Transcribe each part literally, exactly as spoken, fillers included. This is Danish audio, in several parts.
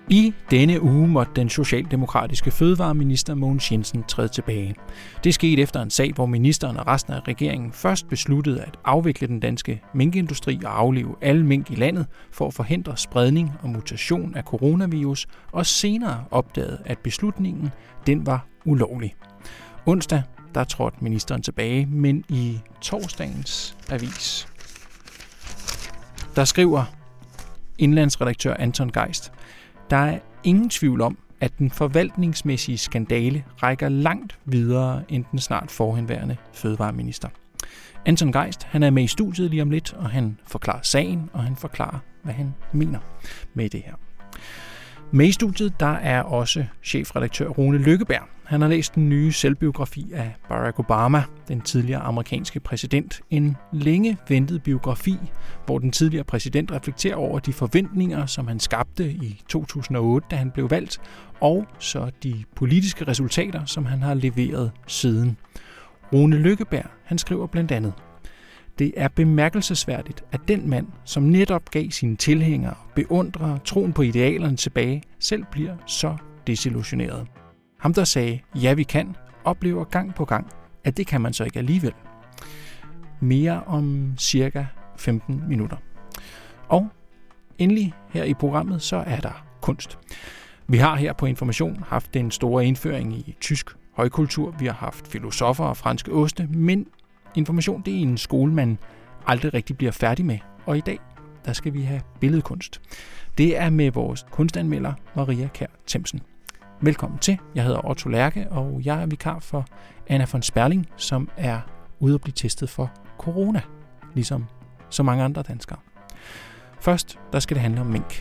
I denne uge måtte den socialdemokratiske fødevareminister Mogens Jensen træde tilbage. Det skete efter en sag, hvor ministeren og resten af regeringen først besluttede at afvikle den danske minkindustri og aflive alle mink i landet for at forhindre spredning og mutation af coronavirus, og senere opdagede, at beslutningen den var ulovlig. Onsdag der trådte ministeren tilbage, men i torsdagens avis, der skriver indlandsredaktør Anton Geist: der er ingen tvivl om, at den forvaltningsmæssige skandale rækker langt videre end den snart forhenværende fødevareminister. Anton Geist han er med i studiet lige om lidt, og han forklarer sagen, og han forklarer, hvad han mener med det her. Med i studiet der er også chefredaktør Rune Lykkeberg. Han har læst den nye selvbiografi af Barack Obama, den tidligere amerikanske præsident. En længe ventet biografi, hvor den tidligere præsident reflekterer over de forventninger, som han skabte i to tusind og otte, da han blev valgt, og så de politiske resultater, som han har leveret siden. Rune Lykkeberg han skriver blandt andet: det er bemærkelsesværdigt, at den mand, som netop gav sine tilhængere, beundrere, troen på idealerne tilbage, selv bliver så desillusioneret. Ham, der sagde, ja vi kan, oplever gang på gang, at det kan man så ikke alligevel. Mere om cirka femten minutter. Og endelig her i programmet, så er der kunst. Vi har her på Information haft den store indføring i tysk højkultur. Vi har haft filosofer og franske oste, men Information det er en skole, man aldrig rigtig bliver færdig med. Og i dag, der skal vi have billedkunst. Det er med vores kunstanmelder Maria Kjær Themsen. Velkommen til. Jeg hedder Otto Lærke, og jeg er vikar for Anna von Sperling, som er ude at blive testet for corona, ligesom så mange andre danskere. Først, der skal det handle om mink.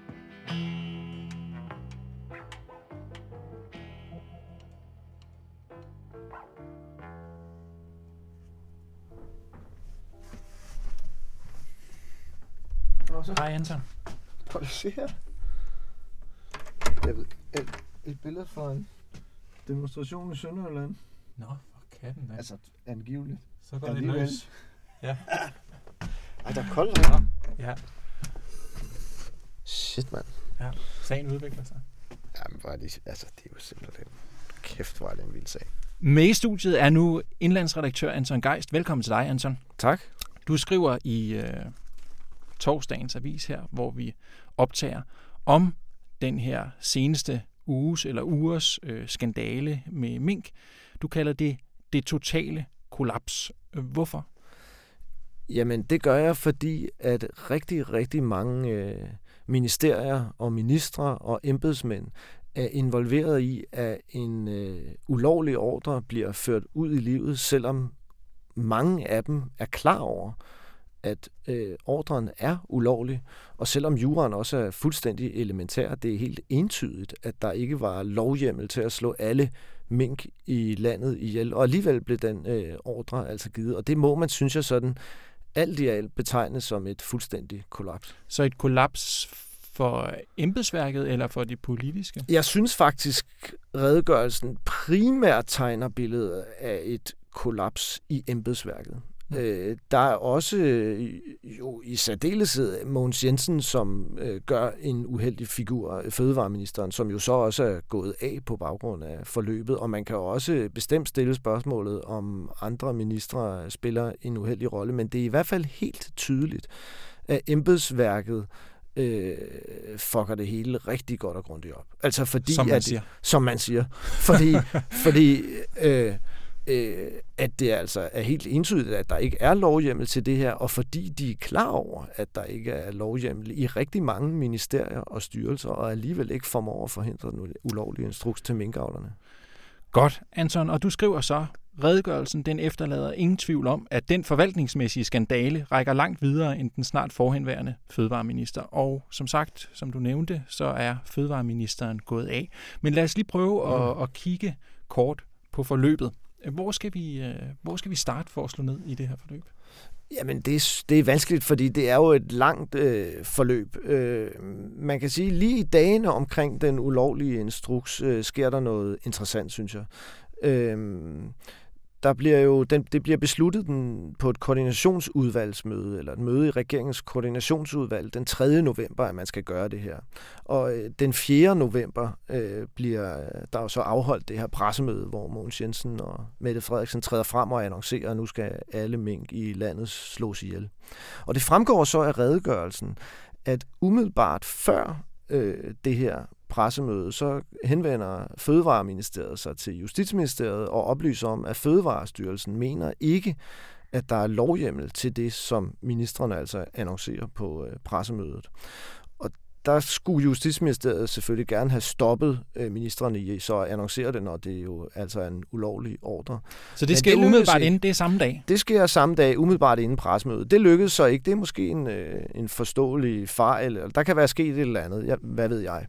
Hej Anton. Prøv at se her. Jeg ved, et, et billede fra en demonstration i Sønderjylland. Nå, for katten da. Altså angiveligt. Så går det løs. Ja. Ej, der er koldt her. Ja. Shit, mand. Ja, sagen udvikler sig. Jamen, hvor er det, altså, det er jo simpelthen... Kæft, hvor er det en vild sag. Med i studiet er nu indlandsredaktør Anton Geist. Velkommen til dig, Anton. Tak. Du skriver i øh, torsdagens avis her, hvor vi optager om den her seneste uges eller ugers øh, skandale med mink. Du kalder det det totale kollaps. Hvorfor? Jamen, det gør jeg, fordi at rigtig, rigtig mange øh, ministerier og ministre og embedsmænd er involveret i, at en øh, ulovlig ordre bliver ført ud i livet, selvom mange af dem er klar over, at øh, ordren er ulovlig, og selvom juraen også er fuldstændig elementær, det er helt entydigt, at der ikke var lovhjemmel til at slå alle mink i landet ihjel, og alligevel blev den øh, ordre altså givet, og det må man, synes jeg, sådan alt i alt betegnes som et fuldstændig kollaps. Så et kollaps for embedsværket eller for det politiske? Jeg synes faktisk, redegørelsen primært tegner billedet af et kollaps i embedsværket. Mm. Øh, der er også øh, jo i særdeleshed Mogens Jensen, som øh, gør en uheldig figur, fødevareministeren, som jo så også er gået af på baggrund af forløbet, og man kan jo også bestemt stille spørgsmålet, om andre ministre spiller en uheldig rolle, men det er i hvert fald helt tydeligt, at embedsværket øh, fucker det hele rigtig godt og grundigt op. Altså fordi, som man at, siger. Som man siger. Fordi, fordi øh, Øh, at det altså er helt entydigt, at der ikke er lovhjemmel til det her, og fordi de er klar over, at der ikke er lovhjemmel i rigtig mange ministerier og styrelser, og alligevel ikke formår at forhindre den ulovlige instruks til minkavlerne. Godt, Anton, og du skriver så, redegørelsen den efterlader ingen tvivl om, at den forvaltningsmæssige skandale rækker langt videre end den snart forhenværende fødevareminister. Og som sagt, som du nævnte, så er fødevareministeren gået af. Men lad os lige prøve at, at kigge kort på forløbet. Hvor skal vi, hvor skal vi starte for at slå ned i det her forløb? Jamen, det er, det er vanskeligt, fordi det er jo et langt øh, forløb. Øh, man kan sige, lige i dagene omkring den ulovlige instruks, øh, sker der noget interessant, synes jeg. Øh, der bliver jo, den, det bliver besluttet den, på et koordinationsudvalgsmøde, eller et møde i regeringens koordinationsudvalg den tredje november, at man skal gøre det her. Og øh, den fjerde november øh, bliver der jo så afholdt det her pressemøde, hvor Mogens Jensen og Mette Frederiksen træder frem og annoncerer, at nu skal alle mink i landet slås ihjel. Og det fremgår så af redegørelsen, at umiddelbart før øh, det her pressemøde, så henvender Fødevareministeriet sig til Justitsministeriet og oplyser om, at Fødevarestyrelsen mener ikke, at der er lovhjemmel til det, som ministrene altså annoncerer på øh, pressemødet. Og der skulle Justitsministeriet selvfølgelig gerne have stoppet øh, ministrene i så at annoncere det, når det jo altså er en ulovlig ordre. Så det sker det umiddelbart inden, det er samme dag? Det sker samme dag, umiddelbart inden pressemødet. Det lykkedes så ikke. Det er måske en, øh, en forståelig fejl. Der kan være sket et eller andet. Ja, hvad ved jeg?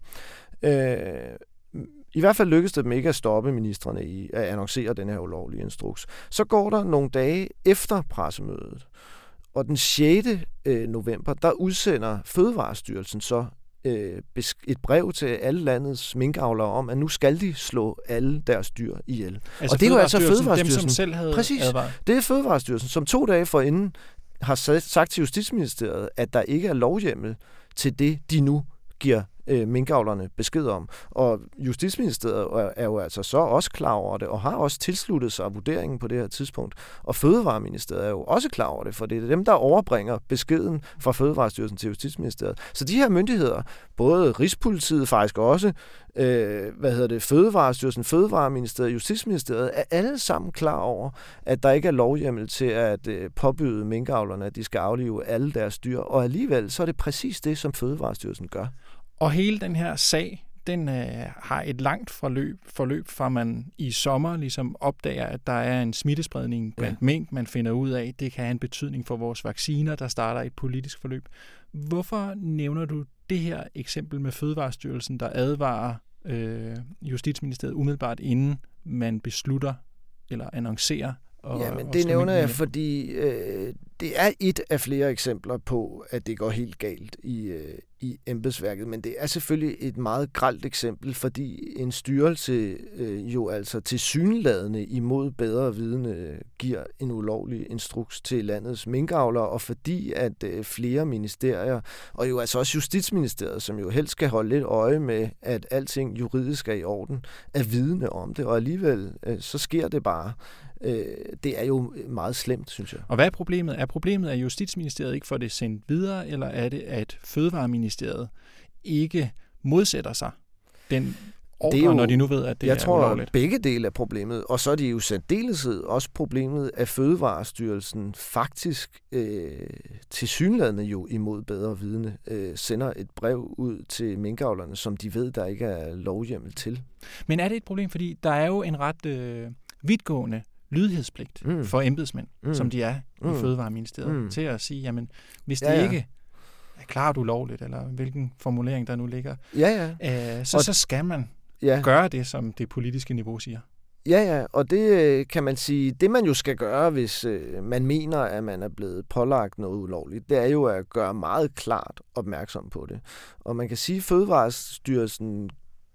Øh, I hvert fald lykkedes det dem ikke at stoppe ministrene i at annoncere den her ulovlige instruks. Så går der nogle dage efter pressemødet, og den sjette november, der udsender Fødevarestyrelsen så øh, et brev til alle landets minkavlere om, at nu skal de slå alle deres dyr ihjel. Altså og det er jo altså Fødevarestyrelsen, dem som selv havde Præcis, advaret. Det er Fødevarestyrelsen, som to dage forinden har sagt til Justitsministeriet, at der ikke er lovhjemmel til det, de nu giver øh, minkavlerne besked om. Og Justitsministeriet er jo altså så også klar over det, og har også tilsluttet sig vurderingen på det her tidspunkt. Og Fødevareministeriet er jo også klar over det, for det er dem, der overbringer beskeden fra Fødevarestyrelsen til Justitsministeriet. Så de her myndigheder, både Rigspolitiet faktisk også, øh, hvad hedder det, Fødevarestyrelsen, Fødevareministeriet, Justitsministeriet, er alle sammen klar over, at der ikke er lovhjemmel til at øh, påbyde minkavlerne, at de skal aflive alle deres dyr. Og alligevel, så er det præcis det, som Fødevarestyrelsen gør. Og hele den her sag, den øh, har et langt forløb, forløb, fra man i sommer ligesom opdager, at der er en smittespredning blandt ja. mink. Man finder ud af, at det kan have en betydning for vores vacciner, der starter et politisk forløb. Hvorfor nævner du det her eksempel med Fødevarestyrelsen, der advarer øh, Justitsministeriet umiddelbart inden man beslutter eller annoncerer? Og, ja, men det nævner jeg, fordi øh, det er et af flere eksempler på, at det går helt galt i, øh, i embedsværket, men det er selvfølgelig et meget grelt eksempel, fordi en styrelse øh, jo altså tilsyneladende imod bedre vidne giver en ulovlig instruks til landets minkavlere, og fordi at øh, flere ministerier, og jo altså også Justitsministeriet, som jo helst skal holde lidt øje med, at alting juridisk er i orden, er vidne om det, og alligevel øh, så sker det bare. Det er jo meget slemt, synes jeg. Og hvad er problemet? Er problemet, at Justitsministeriet ikke får det sendt videre, eller er det, at Fødevareministeriet ikke modsætter sig den ordre, jo, når de nu ved, at det jeg er tror, ulovligt? Jeg tror, begge dele er problemet. Og så er det jo særdeleshed også problemet, at Fødevarestyrelsen faktisk øh, tilsyneladende jo imod bedre vidne øh, sender et brev ud til minkavlerne, som de ved, der ikke er lovhjemmel til. Men er det et problem, fordi der er jo en ret øh, vidtgående lydighedspligt mm. for embedsmænd, mm. som de er mm. i Fødevareministeriet, mm. til at sige, jamen, hvis det ja, ja. ikke er klart ulovligt, eller hvilken formulering der nu ligger, ja, ja. Øh, så, så skal man ja. gøre det, som det politiske niveau siger. Ja, ja, og det kan man sige, det man jo skal gøre, hvis øh, man mener, at man er blevet pålagt noget ulovligt, det er jo at gøre meget klart opmærksom på det. Og man kan sige, at Fødevarestyrelsen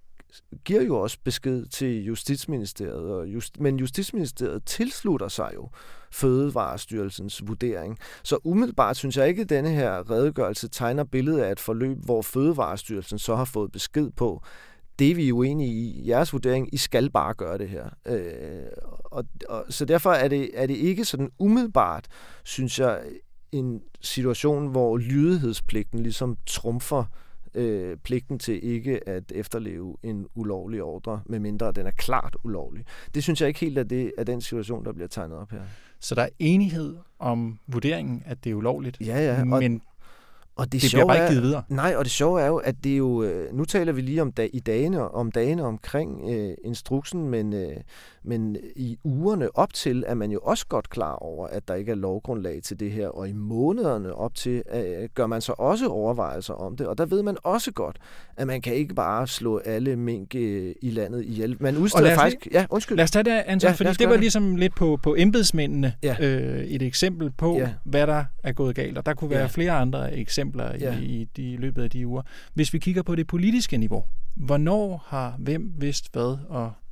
giver jo også besked til Justitsministeriet, og just, men Justitsministeriet tilslutter sig jo Fødevarestyrelsens vurdering. Så umiddelbart synes jeg ikke, at denne her redegørelse tegner billedet af et forløb, hvor Fødevarestyrelsen så har fået besked på, det er vi jo enige i, jeres vurdering, I skal bare gøre det her. Øh, og, og, så derfor er det, er det ikke sådan umiddelbart, synes jeg, en situation, hvor lydighedspligten ligesom trumfer Øh, pligten til ikke at efterleve en ulovlig ordre, medmindre den er klart ulovlig. Det synes jeg ikke helt, at det er den situation, der bliver tegnet op her. Så der er enighed om vurderingen, at det er ulovligt, ja, ja, og, men og det, det bliver bare ikke givet videre. Nej, og det sjove er jo, at det er jo, nu taler vi lige om da, i dagene, om dagene omkring øh, instruksen, men, øh, men i ugerne op til er man jo også godt klar over, at der ikke er lovgrundlag til det her, og i månederne op til øh, gør man så også overvejelser om det, og der ved man også godt, at man kan ikke bare slå alle mink øh, i landet ihjel. Man udsteder faktisk... Lige, ja, undskyld. Lad os tage det, Anton, ja, fordi det var det. ligesom lidt på, på embedsmændene ja. øh, et eksempel på, ja. hvad der er gået galt, og der kunne være ja. flere andre eksempler Ja. i, i de løbet af de uger. Hvis vi kigger på det politiske niveau, hvornår har hvem vidst hvad, og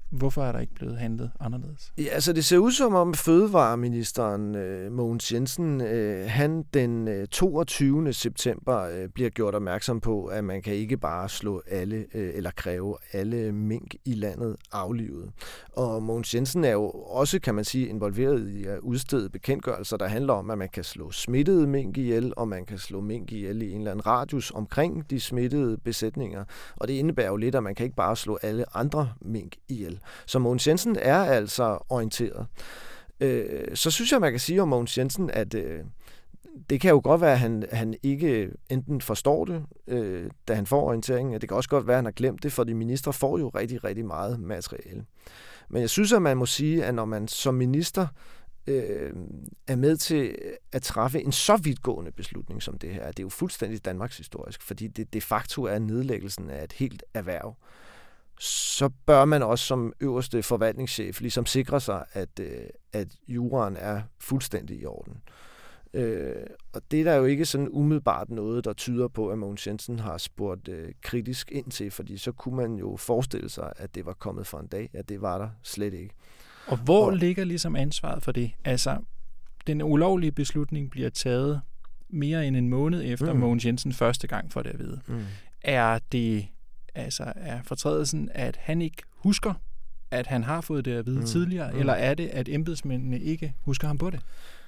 Hvorfor er der ikke blevet handlet anderledes? Ja, altså det ser ud som om fødevareministeren øh, Mogens Jensen, øh, han den øh, toogtyvende september øh, bliver gjort opmærksom på, at man kan ikke bare slå alle øh, eller kræve alle mink i landet aflivet. Og Mogens Jensen er jo også, kan man sige, involveret i at udstede bekendtgørelser, der handler om, at man kan slå smittede mink ihjel, og man kan slå mink ihjel i en eller anden radius omkring de smittede besætninger. Og det indebærer jo lidt, at man kan ikke bare slå alle andre mink ihjel. Så Mogens Jensen er altså orienteret. Øh, så synes jeg, man kan sige om Mogens Jensen, at øh, det kan jo godt være, at han, han ikke enten forstår det, øh, da han får orienteringen. Det kan også godt være, at han har glemt det, for de ministre får jo rigtig, rigtig meget materiale. Men jeg synes, at man må sige, at når man som minister øh, er med til at træffe en så vidtgående beslutning som det her, det er jo fuldstændig Danmarks historisk, fordi det de facto er nedlæggelsen af et helt erhverv, så bør man også som øverste forvaltningschef ligesom sikre sig, at, at juraen er fuldstændig i orden. Øh, og det er der jo ikke sådan umiddelbart noget, der tyder på, at Mogens Jensen har spurgt øh, kritisk ind til, fordi så kunne man jo forestille sig, at det var kommet for en dag, at det var der slet ikke. Og hvor og, ligger ligesom ansvaret for det? Altså, den ulovlige beslutning bliver taget mere end en måned efter mm. Mogens Jensen første gang får det at vide. Mm. Er det altså er fortrædelsen, at han ikke husker, at han har fået det at vide mm. tidligere, mm. eller er det, at embedsmændene ikke husker ham på det?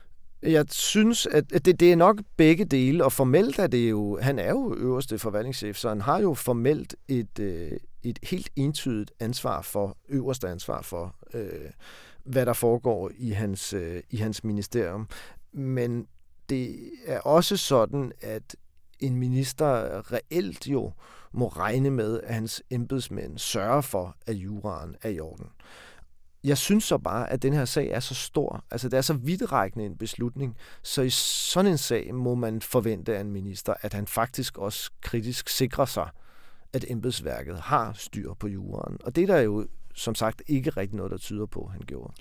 Jeg synes, at det, det er nok begge dele, og formelt er det jo, han er jo øverste forvaltningschef, så han har jo formelt et, et helt entydigt ansvar for, øverste ansvar for, øh, hvad der foregår i hans, øh, i hans ministerium. Men det er også sådan, at en minister reelt jo må regne med, at hans embedsmænd sørger for, at juraen er i orden. Jeg synes så bare, at den her sag er så stor, altså det er så vidtrækkende en beslutning, så i sådan en sag må man forvente af en minister, at han faktisk også kritisk sikrer sig, at embedsværket har styr på juraen. Og det er der jo som sagt ikke rigtig noget, der tyder på, at han gjorde.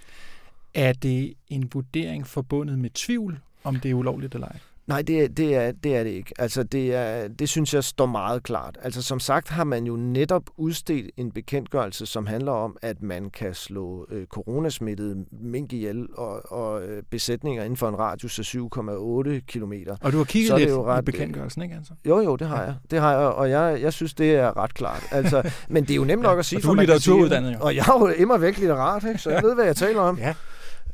Er det en vurdering forbundet med tvivl, om det er ulovligt eller ej? Nej, det er, det er, det er det ikke. Altså, det, er, det synes jeg står meget klart. Altså, som sagt har man jo netop udstedt en bekendtgørelse, som handler om, at man kan slå øh, coronasmittede mink ihjel og, og øh, besætninger inden for en radius af syv komma otte kilometer. Og du har kigget lidt ret, i bekendtgørelsen, ikke altså? Jo, jo, det har jeg. Det har jeg, og jeg, jeg synes, det er ret klart. Altså, men det er jo nemt nok at sige. Og du er litteraturuddannet, jo. Og jeg er jo immer væk litterat, ikke? Så jeg ved, hvad jeg taler om. Ja.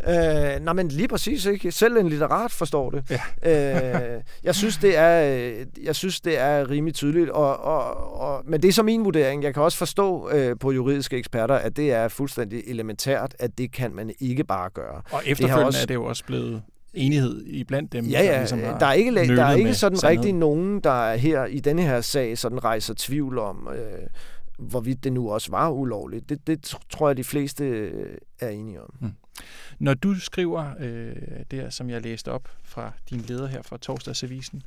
Øh, nej, men lige præcis ikke. Selv en litterat forstår det. Ja. øh, jeg synes det er, jeg synes det er rimelig tydeligt, og, og, og men det er så min vurdering. Jeg kan også forstå øh, på juridiske eksperter, at det er fuldstændig elementært, at det kan man ikke bare gøre. Og efterfølgende det også, er det jo også blevet enighed i blandt dem, ja, ja, der ligesom har der er ikke der er ikke sådan sandhed. Rigtig nogen, der her i denne her sag sådan rejser tvivl om, øh, hvorvidt det nu også var ulovligt. Det, det tror jeg de fleste er enige om. Hmm. Når du skriver øh, det, som jeg læste op fra din leder her fra Torsdagsavisen,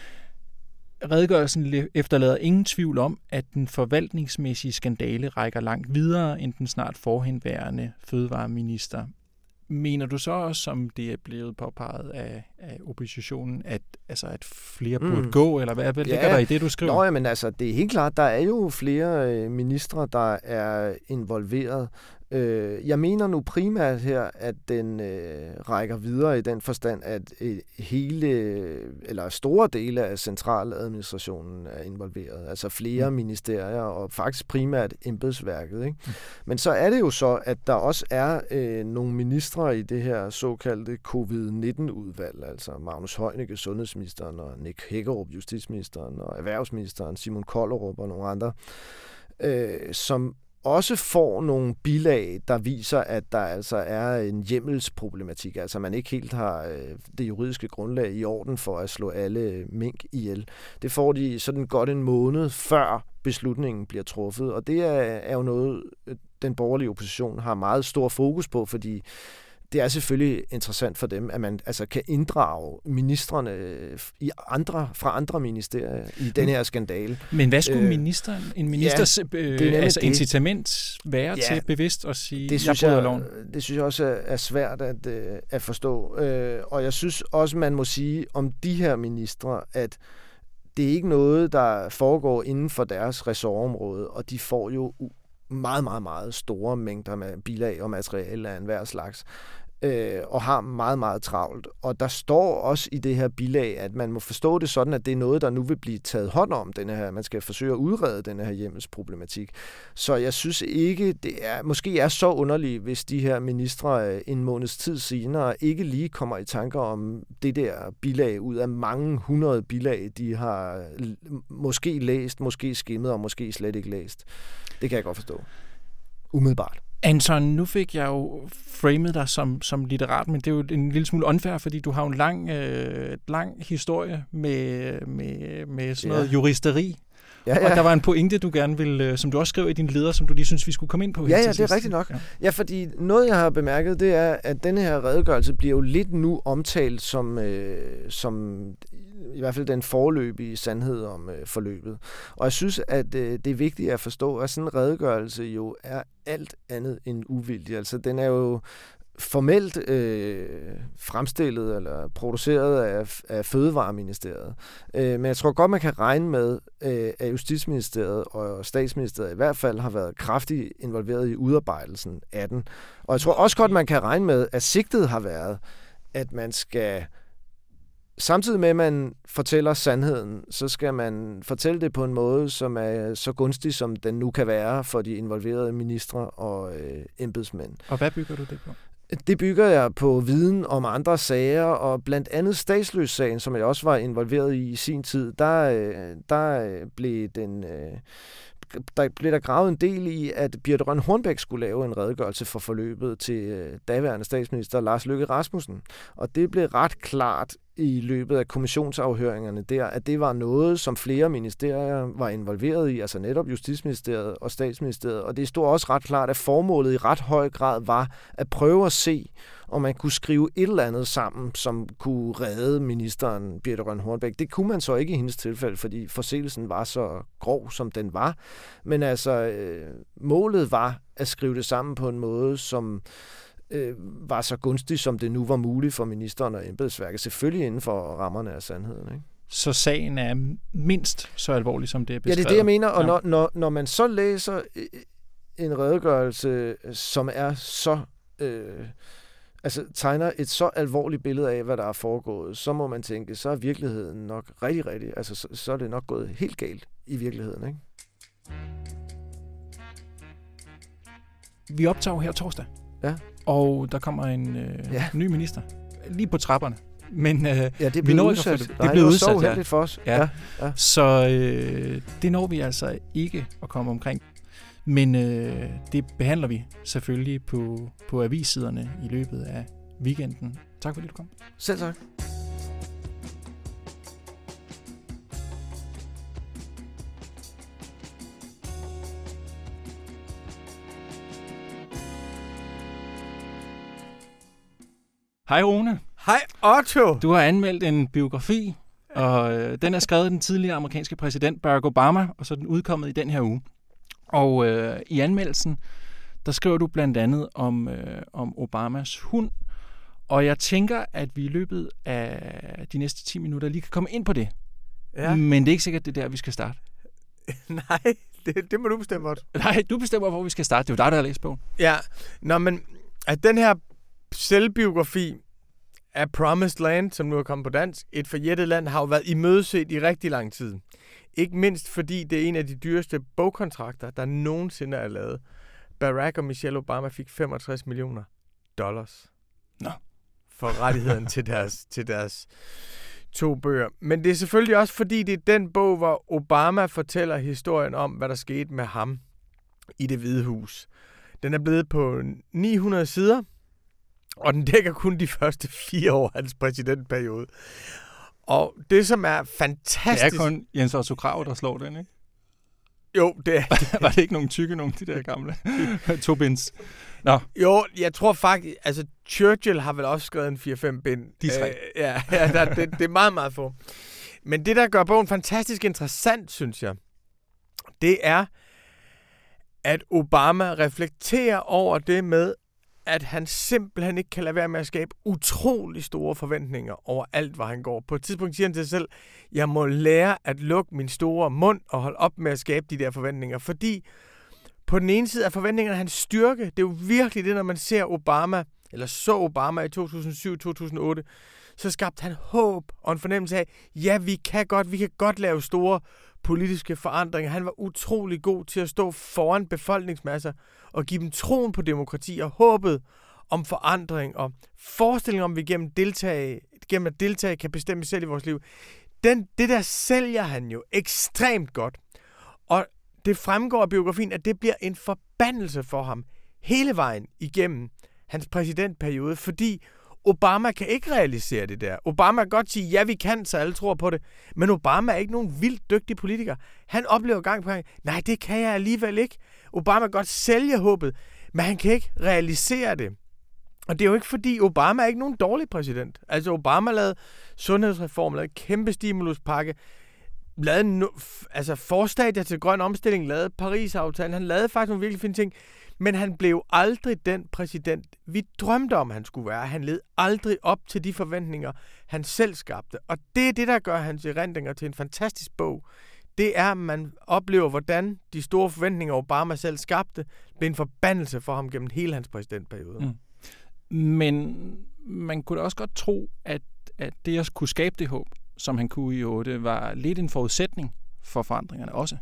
redegørelsen efterlader ingen tvivl om, at den forvaltningsmæssige skandale rækker langt videre end den snart forhenværende fødevareminister. Mener du så også, som det er blevet påpeget af, af oppositionen, at, altså, at flere burde mm. gå, eller hvad, hvad ligger ja. der i det, du skriver? Nå, ja, men altså, det er helt klart, der er jo flere øh, ministre, der er involveret. Øh, jeg mener nu primært her, at den øh, rækker videre i den forstand, at øh, hele, eller store dele af centraladministrationen er involveret. Altså flere mm. ministerier, og faktisk primært embedsværket. Ikke? Mm. Men så er det jo så, at der også er øh, nogle ministre i det her såkaldte covid nitten-udvalg, altså Magnus Heunicke, sundhedsministeren, og Nick Hækkerup, justitsministeren, og erhvervsministeren, Simon Kollerup og nogle andre, øh, som også får nogle bilag, der viser, at der altså er en hjemmelsproblematik. Altså man ikke helt har øh, det juridiske grundlag i orden for at slå alle mink ihjel. Det får de sådan godt en måned før beslutningen bliver truffet, og det er, er jo noget, den borgerlige opposition har meget stor fokus på, fordi det er selvfølgelig interessant for dem, at man altså kan inddrage ministrene i andre, fra andre ministerier i den her skandale. Men hvad skulle ministeren, en ministers ja, øh, altså incitament være ja, til bevidst at sige, det synes jeg bryder loven? Det synes jeg også er svært at, at forstå. Og jeg synes også, man må sige om de her ministre, at det er ikke noget, der foregår inden for deres ressortområde, og de får jo meget, meget, meget store mængder med bilag og materiale af enhver slags, øh, og har meget, meget travlt. Og der står også i det her bilag, at man må forstå det sådan, at det er noget, der nu vil blive taget hånd om, denne her, man skal forsøge at udrede denne her hjemmelsproblematik. Så jeg synes ikke, det er, måske er så underligt, hvis de her ministre en måneds tid senere ikke lige kommer i tanker om det der bilag ud af mange hundrede bilag, de har måske læst, måske skimmet og måske slet ikke læst. Det kan jeg godt forstå. Umiddelbart. Anton, nu fik jeg jo framet dig som, som litterat, men det er jo en lille smule unfair, fordi du har jo en lang, øh, lang historie med, med, med sådan noget ja. juristeri. Ja, ja. Og der var en pointe, du gerne ville, som du også skrev i din leder, som du lige synes, vi skulle komme ind på. Ja, ja, det er rigtigt nok. Ja. ja, fordi noget, jeg har bemærket, det er, at denne her redegørelse bliver jo lidt nu omtalt som, øh, som i hvert fald den foreløbige sandhed om øh, forløbet. Og jeg synes, at øh, det er vigtigt at forstå, at sådan en redegørelse jo er alt andet end uvildig. Altså, den er jo formelt øh, fremstillet eller produceret af, af Fødevareministeriet. Øh, men jeg tror godt, man kan regne med, øh, at Justitsministeriet og Statsministeriet i hvert fald har været kraftigt involveret i udarbejdelsen af den. Og jeg tror også godt, man kan regne med, at sigtet har været, at man skal, samtidig med, at man fortæller sandheden, så skal man fortælle det på en måde, som er så gunstig, som den nu kan være for de involverede ministre og øh, embedsmænd. Og hvad bygger du det på? Det bygger jeg på viden om andre sager, og blandt andet statsløssagen, som jeg også var involveret i i sin tid, der, der blev den... Der blev der gravet en del i, at Birthe Rønn Hornbech skulle lave en redegørelse for forløbet til daværende statsminister Lars Løkke Rasmussen. Og det blev ret klart i løbet af kommissionsafhøringerne der, at det var noget, som flere ministerier var involveret i, altså netop Justitsministeriet og Statsministeriet. Og det stod også ret klart, at formålet i ret høj grad var at prøve at se, om man kunne skrive et eller andet sammen, som kunne redde ministeren Birthe Rønn Hornbech. Det kunne man så ikke i hendes tilfælde, fordi forseelsen var så grov, som den var. Men altså, øh, målet var at skrive det sammen på en måde, som øh, var så gunstig, som det nu var muligt for ministeren og embedsværket. Selvfølgelig inden for rammerne af sandheden, ikke? Så sagen er mindst så alvorlig, som det er beskrevet? Ja, det er det, jeg mener. Og ja. når, når, når man så læser en redegørelse, som er så... Øh, altså tegner et så alvorligt billede af, hvad der er foregået, så må man tænke, så er virkeligheden nok rigtig, rigtig, altså så, så er det nok gået helt galt i virkeligheden, ikke? Vi optager her torsdag, ja. og der kommer en øh, ja. ny minister, lige på trapperne. Men øh, ja, det bliver udsat. Det, det bliver udsat, så uheldigt for os. Ja. Ja. Ja. Så øh, det når vi altså ikke at komme omkring. Men øh, det behandler vi selvfølgelig på, på avissiderne i løbet af weekenden. Tak fordi du kom. Selv tak. Hej Rune. Hej Otto. Du har anmeldt en biografi, og øh, den er skrevet af den tidligere amerikanske præsident Barack Obama, og så er den udkommet i den her uge. Og øh, i anmeldelsen, der skriver du blandt andet om, øh, om Obamas hund, og jeg tænker, at vi i løbet af de næste ti minutter lige kan komme ind på det. Ja. Men det er ikke sikkert, det er der, vi skal starte. Nej, det, det må du bestemme, Otto. Nej, du bestemmer, hvor vi skal starte. Det er jo dig, der har læst bogen. Ja, nå, men at den her selvbiografi af Promised Land, som nu er kommet på dansk, et forjættet land, har jo været imødeset i rigtig lang tid. Ikke mindst fordi det er en af de dyreste bogkontrakter, der nogensinde er lavet. Barack og Michelle Obama fik femogtres millioner dollars Nå. for rettigheden til deres, til deres to bøger. Men det er selvfølgelig også fordi, det er den bog, hvor Obama fortæller historien om, hvad der skete med ham i Det Hvide Hus. Den er blevet på ni hundrede sider, og den dækker kun de første fire år af hans præsidentperiode. Og det, som er fantastisk... Det er kun Jens Otto Krag, der slår den, ikke? Jo, det er... Var det ikke nogen tykke, nogen de der gamle to-binds? Nå. Jo, jeg tror faktisk... Altså, Churchill har vel også skrevet en fire fem bind. De tre. Æ, ja, ja der, det, det er meget, meget få. Men det, der gør bogen fantastisk interessant, synes jeg, det er, at Obama reflekterer over det med, at han simpelthen ikke kan lade være med at skabe utrolig store forventninger over alt, hvad han går. På et tidspunkt siger han til sig selv, jeg må lære at lukke min store mund og holde op med at skabe de der forventninger, fordi på den ene side er forventningerne hans styrke. Det er jo virkelig det, når man ser Obama, eller så Obama i to tusind og syv til to tusind og otte, så skabte han håb og en fornemmelse af, ja, vi kan godt, vi kan godt lave store politiske forandringer. Han var utrolig god til at stå foran befolkningsmasser og give dem troen på demokrati og håbet om forandring og forestilling om, at vi gennem, deltage, gennem at deltage kan bestemme selv i vores liv. Den, det der sælger han jo ekstremt godt. Og det fremgår af biografien, at det bliver en forbandelse for ham hele vejen igennem hans præsidentperiode, fordi Obama kan ikke realisere det der. Obama kan godt sige, ja, vi kan, så alle tror på det. Men Obama er ikke nogen vildt dygtig politiker. Han oplever gang på gang, nej, det kan jeg alligevel ikke. Obama kan godt sælge håbet, men han kan ikke realisere det. Og det er jo ikke fordi, Obama er ikke nogen dårlig præsident. Altså, Obama lavede sundhedsreform, lavede kæmpe stimuluspakke, lavede no- altså forstadier til grøn omstilling, lavede Paris-aftalen. Han lavede faktisk nogle virkelig fine ting. Men han blev aldrig den præsident, vi drømte om, han skulle være. Han led aldrig op til de forventninger, han selv skabte. Og det er det, der gør hans erindringer til en fantastisk bog. Det er, at man oplever, hvordan de store forventninger, Obama selv skabte, blev en forbandelse for ham gennem hele hans præsidentperiode. Mm. Men man kunne da også godt tro, at, at det at kunne skabe det håb, som han kunne i otte, var lidt en forudsætning for forandringerne også.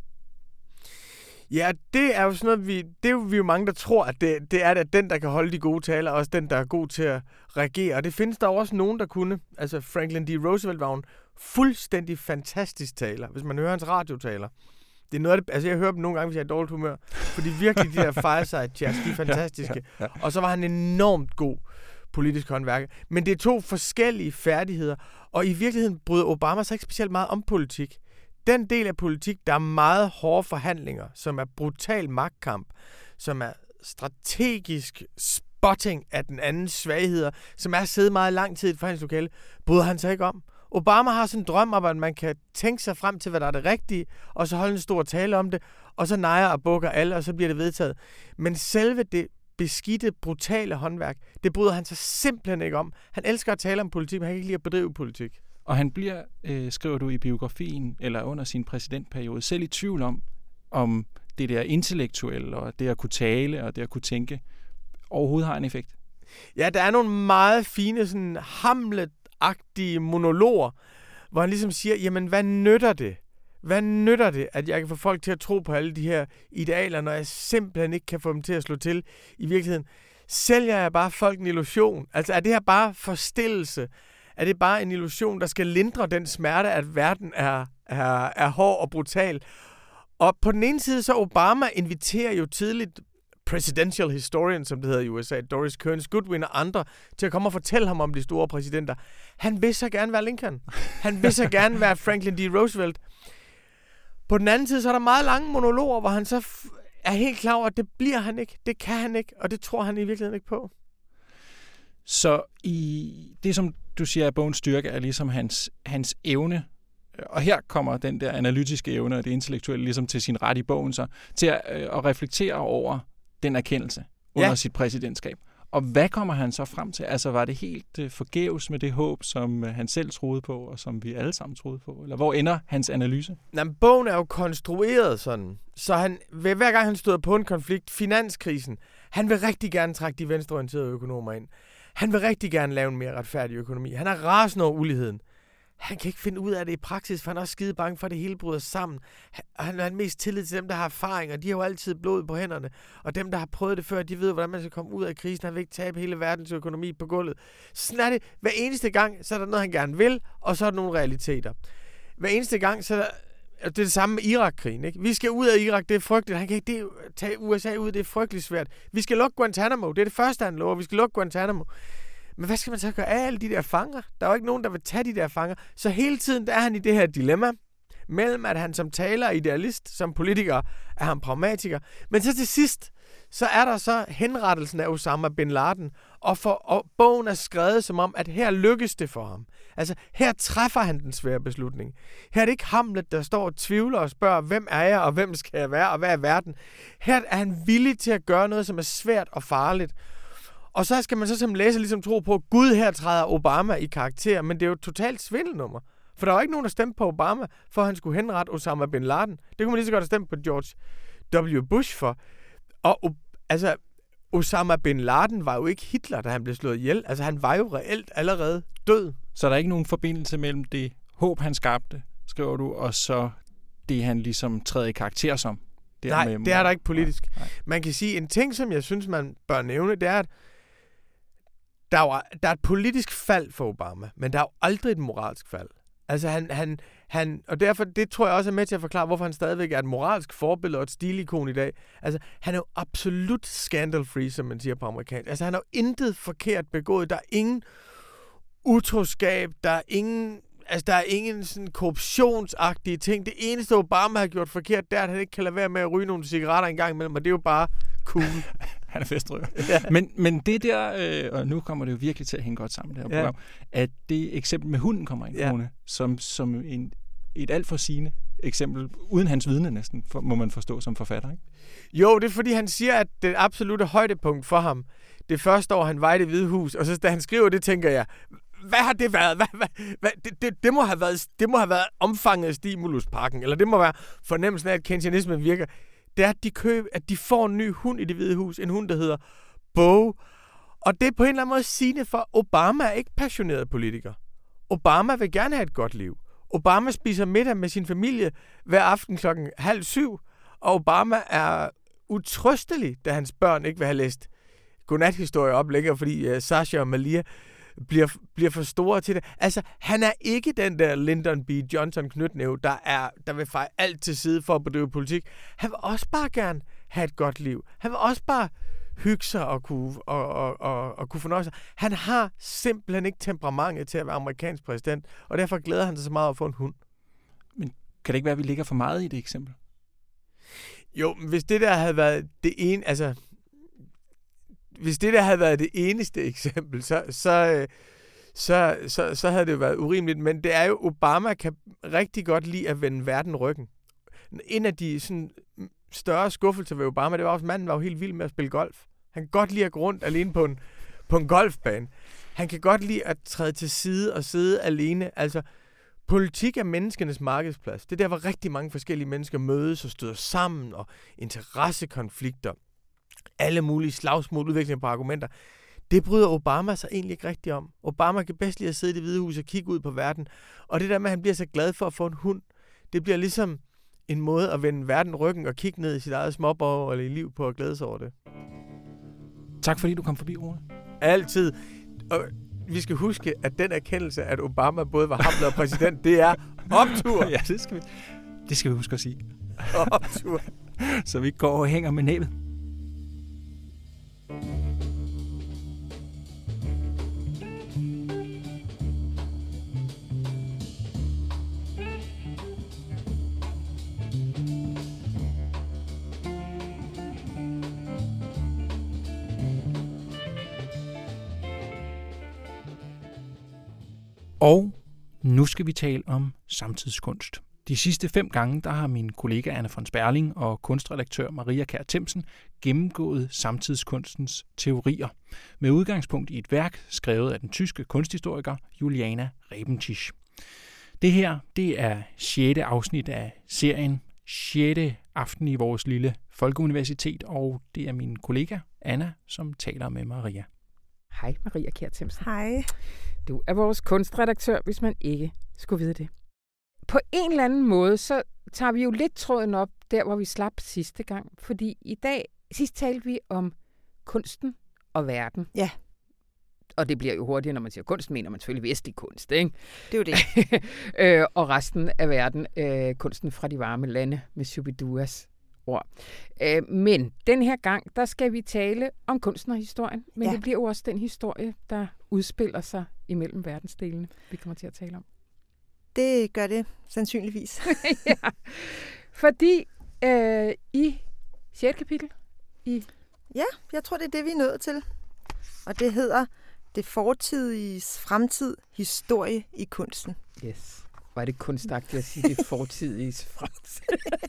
Ja, det er jo sådan noget, vi, det er jo, vi er jo mange, der tror, at det, det er den, der kan holde de gode taler, og også den, der er god til at reagere. Og det findes der også nogen, der kunne. Altså Franklin D. Roosevelt var en fuldstændig fantastisk taler, hvis man hører hans radiotaler. Det er noget af det, altså jeg hører dem nogle gange, hvis jeg er i dårligt humør, fordi virkelig de der fireside chats, de er fantastiske. Ja, ja, ja. Og så var han enormt god politisk håndværker. Men det er to forskellige færdigheder, og i virkeligheden bryder Obama sig ikke specielt meget om politik. Den del af politik, der er meget hårde forhandlinger, som er brutal magtkamp, som er strategisk spotting af den andens svagheder, som er at sidde meget lang tid i et forhandlingslokale, bryder han sig ikke om. Obama har sådan en drøm om, at man kan tænke sig frem til, hvad der er det rigtige, og så holde en stor tale om det, og så nejer og bukker alle, og så bliver det vedtaget. Men selve det beskidte, brutale håndværk, det bryder han sig simpelthen ikke om. Han elsker at tale om politik, men han kan ikke lide at bedrive politik. Og han bliver, øh, skriver du i biografien, eller under sin præsidentperiode, selv i tvivl om, om det der intellektuelle, og det at kunne tale, og det at kunne tænke, overhovedet har en effekt. Ja, der er nogle meget fine, sådan Hamlet-agtige monologer, hvor han ligesom siger, jamen, hvad nytter det? Hvad nytter det, at jeg kan få folk til at tro på alle de her idealer, når jeg simpelthen ikke kan få dem til at slå til i virkeligheden? Sælger jeg bare folk en illusion? Altså, er det her bare forstillelse? Er det bare en illusion, der skal lindre den smerte, at verden er, er, er hård og brutal? Og på den ene side, så Obama inviterer jo tidligt presidential historian, som det hedder i U S A, Doris Kearns Goodwin og andre, til at komme og fortælle ham om de store præsidenter. Han vil så gerne være Lincoln. Han vil så gerne være Franklin D. Roosevelt. På den anden side, så er der meget lange monologer, hvor han så f- er helt klar over, at det bliver han ikke. Det kan han ikke, og det tror han i virkeligheden ikke på. Så i det, som du siger, at bogens styrke er ligesom hans, hans evne, og her kommer den der analytiske evne og det intellektuelle ligesom til sin ret i bogen, så til at, øh, at reflektere over den erkendelse under ja. sit præsidentskab. Og hvad kommer han så frem til? Altså var det helt øh, forgæves med det håb, som øh, han selv troede på, og som vi alle sammen troede på? Eller hvor ender hans analyse? Jamen, bogen er jo konstrueret sådan, så han, hver gang han støder på en konflikt, finanskrisen, han vil rigtig gerne trække de venstreorienterede økonomer ind. Han vil rigtig gerne lave en mere retfærdig økonomi. Han er rasende over uligheden. Han kan ikke finde ud af det i praksis, for han er også skide bange for, at det hele bryder sammen. Han har mest tillid til dem, der har erfaring, og de har jo altid blod på hænderne. Og dem, der har prøvet det før, de ved, hvordan man skal komme ud af krisen. Han vil ikke tabe hele verdens økonomi på gulvet. Sådan er det. Hver eneste gang, så er der noget, han gerne vil, og så er der nogle realiteter. Hver eneste gang, så er der... Det er det samme med Irak-krigen, ikke? Vi skal ud af Irak, det er frygteligt. Han kan ikke det, tage U S A ud, det er frygteligt svært. Vi skal lukke Guantanamo, det er det første, han lover. Vi skal lukke Guantanamo. Men hvad skal man så gøre af alle de der fanger? Der er jo ikke nogen, der vil tage de der fanger. Så hele tiden der er han i det her dilemma, mellem at han som taler er idealist, som politiker er han pragmatiker. Men så til sidst, så er der så henrettelsen af Osama bin Laden, og, for, og bogen er skrevet som om, at her lykkes det for ham. Altså, her træffer han den svære beslutning. Her er det ikke Hamlet, der står og tvivler og spørger, hvem er jeg, og hvem skal jeg være, og hvad er verden? Her er han villig til at gøre noget, som er svært og farligt. Og så skal man så som læser ligesom tro på, at Gud her træder Obama i karakter, men det er jo et totalt svindelnummer. For der var ikke nogen, der stemte på Obama, for at han skulle henrette Osama bin Laden. Det kunne man lige så godt have stemt på George W. Bush for. Og altså, Osama bin Laden var jo ikke Hitler, da han blev slået ihjel. Altså, han var jo reelt allerede død. Så der er ikke nogen forbindelse mellem det håb, han skabte, skriver du, og så det, han ligesom træder i karakter som? Nej, med, det er der ikke politisk. Nej, nej. Man kan sige, en ting, som jeg synes, man bør nævne, det er, at der er, der er et politisk fald for Obama, men der er jo aldrig et moralsk fald. Altså han, han, han, og derfor, det tror jeg også er med til at forklare, hvorfor han stadigvæk er et moralsk forbillede og et stilikon i dag. Altså, han er jo absolut scandal-free, som man siger på amerikansk. Altså, han har jo intet forkert begået. Der er ingen utroskab, der er ingen, altså, der er ingen sådan korruptionsagtige ting. Det eneste, Obama har gjort forkert, det er, at han ikke kan lade være med at ryge nogle cigaretter en gang imellem, og det er jo bare cool. Han er festryger. Ja. Men, men det der, øh, og nu kommer det jo virkelig til at hænge godt sammen, det her program, ja. At det eksempel med hunden kommer ind, ja. Rune, som, som en, et alt for sigende eksempel, uden hans vidne næsten, for, må man forstå som forfatter, ikke? Jo, det er fordi, han siger, at det absolutte højdepunkt for ham, det første år, han var i Det Hvide Hus, og så da han skriver det, tænker jeg, hvad har det været? Hvad, hvad, hvad? Det, det, det, må have været, det må have været omfanget af Stimuluspakken, eller det må være fornemmelsen af, at keynesianismen virker. Det er, at de, køb, at de får en ny hund i Det Hvide Hus, en hund, der hedder Bo. Og det er på en eller anden måde sigende for, Obama er ikke passioneret politiker. Obama vil gerne have et godt liv. Obama spiser middag med sin familie hver aften klokken halv syv, og Obama er utrøstelig, da hans børn ikke vil have læst godnathistorier op længere, fordi uh, Sasha og Malia bliver, bliver for store til det. Altså, han er ikke den der Lyndon B. Johnson knytnæve, der, er, der vil feje alt til side for at bedrive politik. Han vil også bare gerne have et godt liv. Han vil også bare hygge sig og kunne, og, og, og, og kunne fornøje sig. Han har simpelthen ikke temperamentet til at være amerikansk præsident, og derfor glæder han sig så meget at få en hund. Men kan det ikke være, at vi ligger for meget i det eksempel? Jo, hvis det der havde været det ene, altså hvis det der havde været det eneste eksempel, så, så, så, så, så havde det jo været urimeligt. Men det er jo, Obama kan rigtig godt lide at vende verden ryggen. En af de sådan, større skuffelser ved Obama, det var også, at manden var jo helt vild med at spille golf. Han kan godt lide at gå rundt alene på en, på en golfbane. Han kan godt lide at træde til side og sidde alene. Altså, politik er menneskenes markedsplads. Det er der, hvor rigtig mange forskellige mennesker mødes og støder sammen, og interessekonflikter, alle mulige slagsmål, udvikling på argumenter. Det bryder Obama sig egentlig ikke rigtig om. Obama kan bedst lide at sidde i Det Hvide Hus og kigge ud på verden. Og det der med, at han bliver så glad for at få en hund, det bliver ligesom en måde at vende verden ryggen og kigge ned i sit eget småborg eller i liv på at glæde sig over det. Tak fordi du kom forbi, Rune. Altid. Og vi skal huske, at den erkendelse, at Obama både var ham og præsident, det er optur. Ja, det skal vi, det skal vi huske at sige. Optur. Så vi går og hænger med næbet. Og nu skal vi tale om samtidskunst. De sidste fem gange, der har min kollega Anna von Sperling og kunstredaktør Maria Kjær Themsen gennemgået samtidskunstens teorier, med udgangspunkt i et værk skrevet af den tyske kunsthistoriker Juliana Rebentisch. Det her, det er sjette afsnit af serien, sjette aften i vores lille folkeuniversitet, og det er min kollega Anna, som taler med Maria. Hej Maria Kjær Themsen. Hej. Du er vores kunstredaktør, hvis man ikke skulle vide det. På en eller anden måde, så tager vi jo lidt tråden op der, hvor vi slap sidste gang. Fordi i dag, sidst talte vi om kunsten og verden. Ja. Og det bliver jo hurtigere, når man siger kunst, mener man selvfølgelig vestlig kunst, ikke? Det er jo det. øh, og resten af verden, øh, kunsten fra de varme lande med Shubiduas ord. Øh, men den her gang, der skal vi tale om kunsten og historien. Men ja. Det bliver jo også den historie, der udspiller sig imellem verdensdelene, vi kommer til at tale om. Det gør det sandsynligvis. Ja, fordi øh, i sjette kapitel i... Ja, jeg tror, det er det, vi er nået til. Og det hedder Det fortidiges fremtid, historie i kunsten. Yes. Hvor er det kunstagtigt at sige det fortidiges fremtid?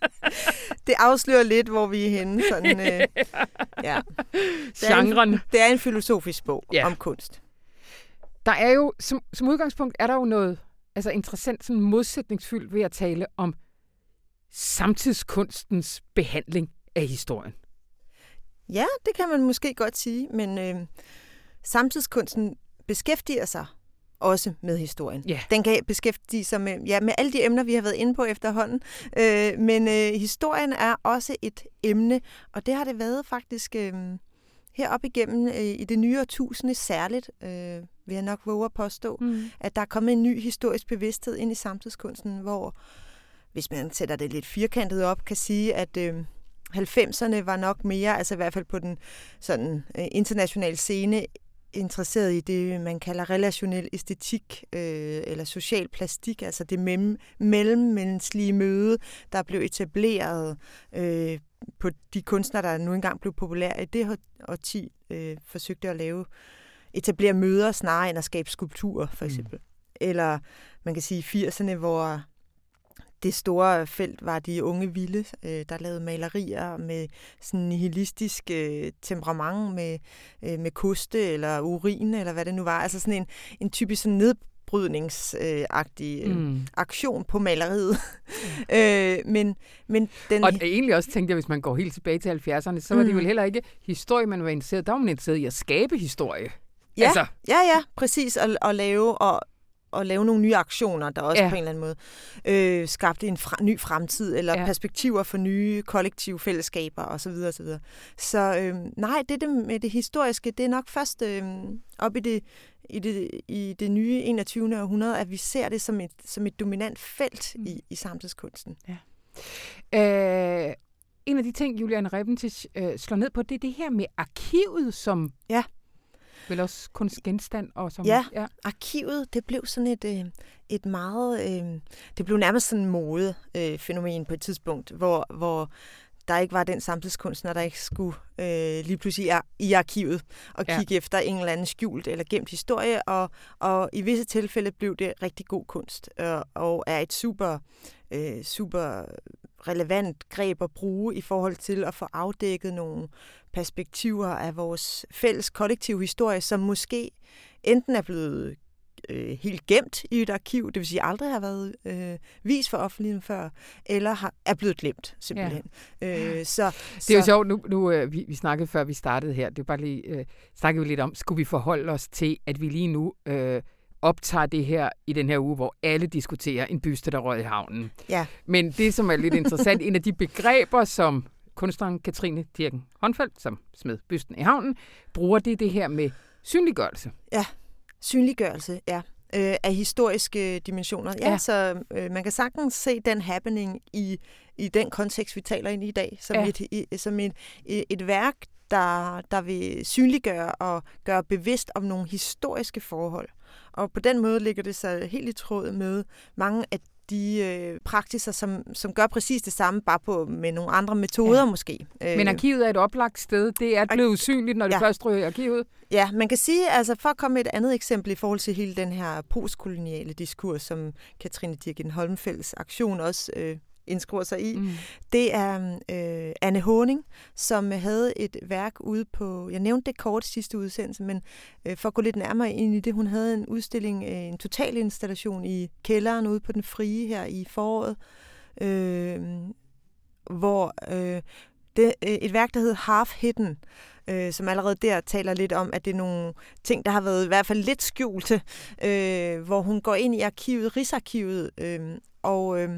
Det afslører lidt, hvor vi er henne. Sådan, øh, ja. Genren. Det, det er en filosofisk bog ja. om kunst. Der er jo, som, som udgangspunkt, er der jo noget altså interessant, sådan modsætningsfyldt ved at tale om samtidskunstens behandling af historien. Ja, det kan man måske godt sige, men øh, samtidskunsten beskæftiger sig også med historien. Yeah. Den kan beskæftige sig med, ja, med alle de emner, vi har været inde på efterhånden. Øh, men øh, historien er også et emne, og det har det været faktisk øh, heroppe igennem øh, i det nye årtusinde særligt, øh, vil jeg nok våge at påstå, mm. at der er kommet en ny historisk bevidsthed ind i samtidskunsten, hvor, hvis man sætter det lidt firkantet op, kan sige, at øh, halvfemserne var nok mere, altså i hvert fald på den sådan øh, internationale scene, interesseret i det, man kalder relationel æstetik øh, eller social plastik, altså det mem- mellemmenneskelige møde, der blev etableret øh, på de kunstnere, der nu engang blev populære i det årti, øh, forsøgte at lave, etablere møder snarere end at skabe skulpturer, for eksempel. Mm. Eller man kan sige firserne, hvor det store felt var de unge vilde, øh, der lavede malerier med sådan nihilistisk øh, temperament, med, øh, med koste eller urin, eller hvad det nu var. Altså sådan en, en typisk sådan nedbrydningsagtig øh, mm. aktion på maleriet. Mm. øh, men, men den... Og egentlig også tænkte jeg, hvis man går helt tilbage til halvfjerdserne, så var mm. det vel heller ikke historie, man var interesseret. Der var man interesseret i at skabe historie. Ja, altså. ja, ja, præcis. At, at lave... Og, og lave nogle nye aktioner, der også ja. på en eller anden måde øh, skabte en fra, ny fremtid, eller ja. perspektiver for nye kollektive fællesskaber, osv. osv. Så øh, nej, det, det med det historiske, det er nok først øh, op i det, i, det, i det nye enogtyvende århundrede, at vi ser det som et, som et dominant felt mm. i, i samtidskunsten. Ja. Øh, en af de ting, Juliane Reventis øh, slår ned på, det er det her med arkivet, som... Ja. Vel også kunstgenstand og som... Ja, ja, arkivet, det blev sådan et, øh, et meget... Øh, det blev nærmest sådan en modefænomen øh, på et tidspunkt, hvor, hvor der ikke var den samtidskunstner, der ikke skulle øh, lige pludselig er, i arkivet og kigge ja. efter en eller anden skjult eller gemt historie, og, og i visse tilfælde blev det rigtig god kunst, øh, og er et super, øh, super relevant greb at bruge i forhold til at få afdækket nogle perspektiver af vores fælles kollektive historie, som måske enten er blevet øh, helt gemt i et arkiv, det vil sige aldrig har været øh, vist for offentligheden før, eller har, er blevet glemt, simpelthen. Ja. Øh, så, det er jo sjovt, nu, nu øh, vi, vi snakkede før vi startede her, det er bare lige, øh, snakkede vi lidt om, skulle vi forholde os til, at vi lige nu øh, optager det her i den her uge, hvor alle diskuterer en byste, der røg i havnen. Ja. Men det, som er lidt interessant, en af de begreber, som kunstneren Katrine Dirken Håndfeldt, som smed bysten i havnen, bruger det det her med synliggørelse. Ja, synliggørelse, ja. Øh, af historiske dimensioner. Ja, ja. Så øh, man kan sagtens se den happening i, i den kontekst, vi taler ind i i dag, som, ja. et, i, som et, et værk, der, der vil synliggøre og gøre bevidst om nogle historiske forhold. Og på den måde ligger det sig helt i tråd med mange af de øh, praksiser, som, som gør præcis det samme, bare på med nogle andre metoder ja. måske. Men arkivet er et oplagt sted. Det er blevet usynligt, når det ja. først ryger i arkivet. Ja, man kan sige, altså for at komme med et andet eksempel i forhold til hele den her postkoloniale diskurs, som Katrine Dirken Håndfeldts aktion også øh, indskriver sig i, mm. det er øh, Anne Håning, som havde et værk ude på, jeg nævnte det kort sidste udsendelse, men øh, for at gå lidt nærmere ind i det, hun havde en udstilling, øh, en total installation i kælderen ude på Den Frie her i foråret, øh, hvor øh, det, øh, et værk, der hedder Half Hidden, øh, som allerede der taler lidt om, at det er nogle ting, der har været i hvert fald lidt skjulte, øh, hvor hun går ind i arkivet, Rigsarkivet, øh, og øh,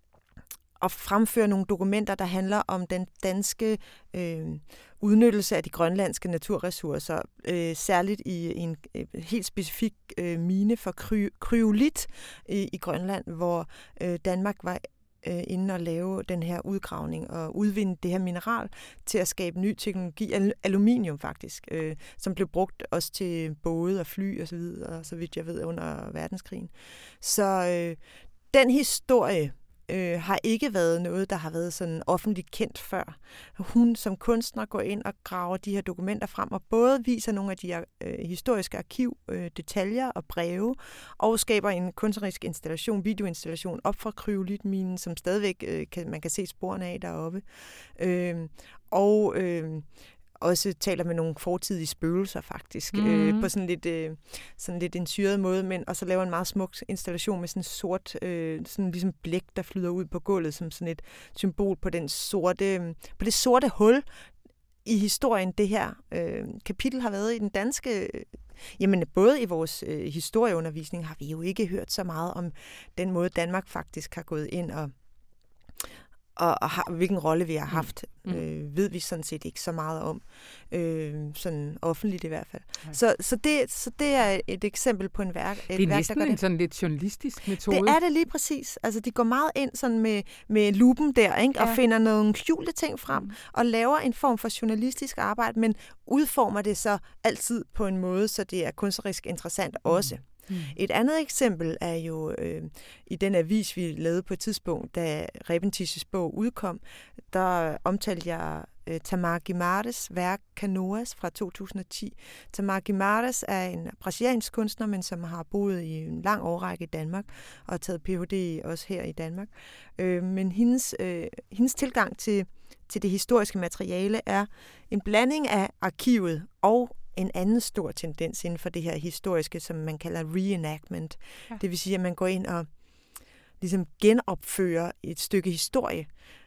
og fremføre nogle dokumenter, der handler om den danske øh, udnyttelse af de grønlandske naturressourcer, øh, særligt i en øh, helt specifik øh, mine for kry- kryolit i, i Grønland, hvor øh, Danmark var øh, inde og lave den her udgravning og udvinde det her mineral til at skabe ny teknologi, al- aluminium faktisk, øh, som blev brugt også til både og fly og så videre, så vidt jeg ved, under verdenskrigen. Så øh, den historie Øh, har ikke været noget, der har været sådan offentligt kendt før. Hun som kunstner går ind og graver de her dokumenter frem, og både viser nogle af de øh, historiske arkivdetaljer øh, og breve, og skaber en kunstnerisk installation, videoinstallation op fra kryolitminen, som stadigvæk øh, kan, man kan se sporene af deroppe. Øh, og øh, også taler med nogle fortidige spøgelser faktisk, mm. øh, på sådan lidt, øh, sådan lidt en syret måde, men og så laver en meget smuk installation med sådan sort, øh, sådan ligesom blæk, der flyder ud på gulvet, som sådan et symbol på den sorte, på det sorte hul i historien, det her øh, kapitel har været i den danske... Øh, jamen, både i vores øh, historieundervisning har vi jo ikke hørt så meget om den måde, Danmark faktisk har gået ind og og, og har, hvilken rolle vi har haft, mm. øh, ved vi sådan set ikke så meget om, øh, sådan offentligt i hvert fald. Okay. Så, så, det, så det er et eksempel på en værk. Det er værk, næsten der en det. sådan lidt journalistisk metode. Det er det lige præcis. Altså, de går meget ind sådan med, med lupen der, ikke? Og ja. finder nogle skjulte ting frem, mm. og laver en form for journalistisk arbejde, men udformer det så altid på en måde, så det er kunstnerisk interessant mm. også. Mm. Et andet eksempel er jo øh, i den avis, vi lavede på et tidspunkt, da Repentisches bog udkom, der omtalte jeg øh, Tamar Guimarães værk Canoas fra to tusind og ti. Tamar Guimarães er en brasiliansk kunstner, men som har boet i en lang årrække i Danmark og taget P H D også her i Danmark. Øh, men hendes, øh, hendes tilgang til, til det historiske materiale er en blanding af arkivet og en anden stor tendens inden for det her historiske, som man kalder reenactment. Ja. Det vil sige, at man går ind og ligesom genopfører et stykke historie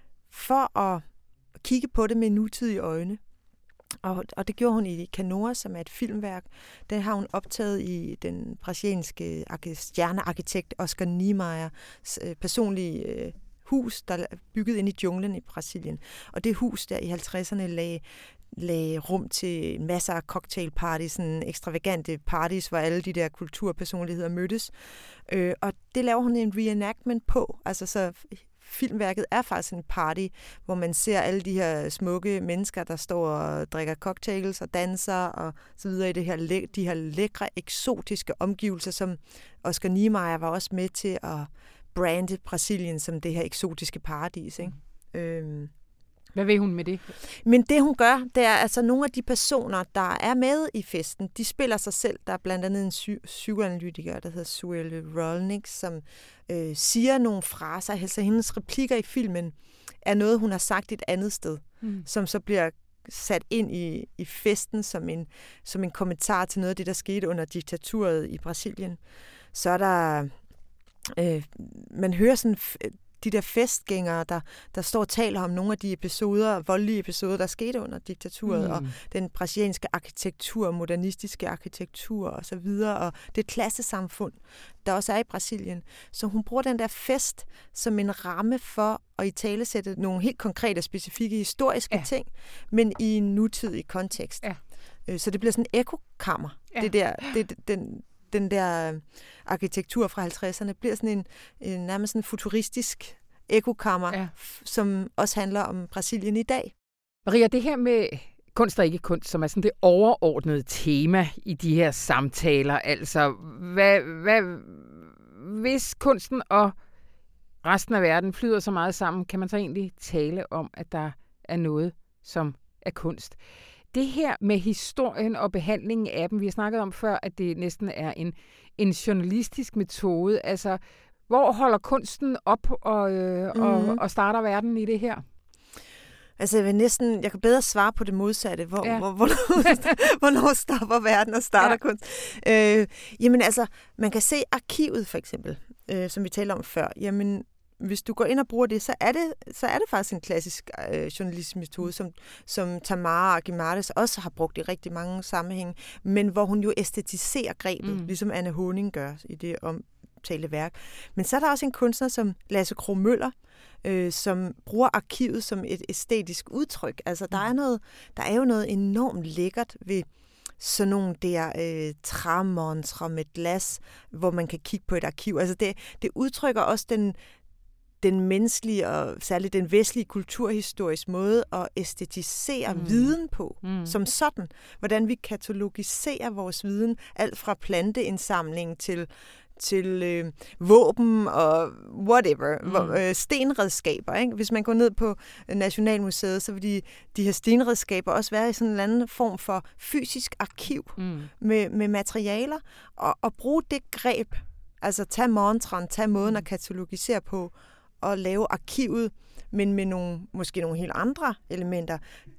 for at kigge på det med nutidige øjne. Og, og det gjorde hun i Canoa, som er et filmværk. Den har hun optaget i den brasilianske stjernearkitekt Oscar Niemeyers øh, personlige øh, hus, der er bygget ind i junglen i Brasilien. Og det hus der i halvtredserne lagde lagde rum til masser af cocktailparties, sådan ekstravagante parties, hvor alle de der kulturpersonligheder mødtes. Øh, og det laver hun en reenactment på. Altså så filmværket er faktisk en party, hvor man ser alle de her smukke mennesker, der står og drikker cocktails og danser og så videre i det her, de her lækre, eksotiske omgivelser, som Oscar Niemeyer var også med til at brande Brasilien som det her eksotiske paradis, ikke? Mm. Øhm. Hvad vil hun med det? Men det, hun gør, det er altså nogle af de personer, der er med i festen, de spiller sig selv. Der er blandt andet en psy- psykoanalytiker, der hedder Suelle Rolnik, som øh, siger nogle fraser. Altså hendes replikker i filmen er noget, hun har sagt et andet sted, mm. som så bliver sat ind i, i festen som en, som en kommentar til noget af det, der skete under diktaturet i Brasilien. Så er der... Øh, man hører sådan... de der festgængere, der, der står og taler om nogle af de episoder, voldelige episoder, der skete under diktaturet, mm. og den brasilianske arkitektur, modernistiske arkitektur og så videre, og det klassesamfund, der også er i Brasilien. Så hun bruger den der fest som en ramme for at italesætte nogle helt konkrete, specifikke historiske ja. ting, men i en nutidig kontekst. Ja. Så det bliver sådan en ekokammer. Ja. Det der, det, den den der arkitektur fra halvtredserne bliver sådan en, en nærmest en futuristisk ekokammer, ja. f- som også handler om Brasilien i dag. Maria, det her med kunst og ikke kunst, som er sådan det overordnede tema i de her samtaler, altså hvad, hvad, hvis kunsten og resten af verden flyder så meget sammen, kan man så egentlig tale om, at der er noget, som er kunst? Det her med historien og behandlingen af dem, vi har snakket om før, at det næsten er en, en journalistisk metode. Altså, hvor holder kunsten op og, øh, mm. og, og starter verden i det her? Altså, jeg vil næsten, jeg kan bedre svare på det modsatte. Hvor, ja. hvor, hvornår, hvornår stopper verden og starter ja. kunst? Øh, jamen altså, man kan se arkivet for eksempel, øh, som vi talte om før. Jamen, hvis du går ind og bruger det, så er det, så er det faktisk en klassisk øh, journalistisk metode, som, som Tamar Guimarães også har brugt i rigtig mange sammenhænge, men hvor hun jo æstetiserer grebet, mm. ligesom Anne Honing gør i det omtalte værk. Men så er der også en kunstner som Lasse Krogh Møller, øh, som bruger arkivet som et æstetisk udtryk. Altså, der er, noget, der er jo noget enormt lækkert ved sådan nogle der øh, træmontre med glas, hvor man kan kigge på et arkiv. Altså, det, det udtrykker også den den menneskelige og særligt den vestlige kulturhistoriske måde at æstetisere mm. viden på, mm. som sådan. Hvordan vi katalogiserer vores viden, alt fra planteindsamling til, til øh, våben og whatever, mm. hvor, øh, stenredskaber. Ikke? Hvis man går ned på Nationalmuseet, så vil de, de her stenredskaber også være i sådan en eller anden form for fysisk arkiv mm. med, med materialer, og, og bruge det greb, altså tage montren, tage måden at katalogisere på, og lave arkivet, men med nogle, måske nogle helt andre elementer,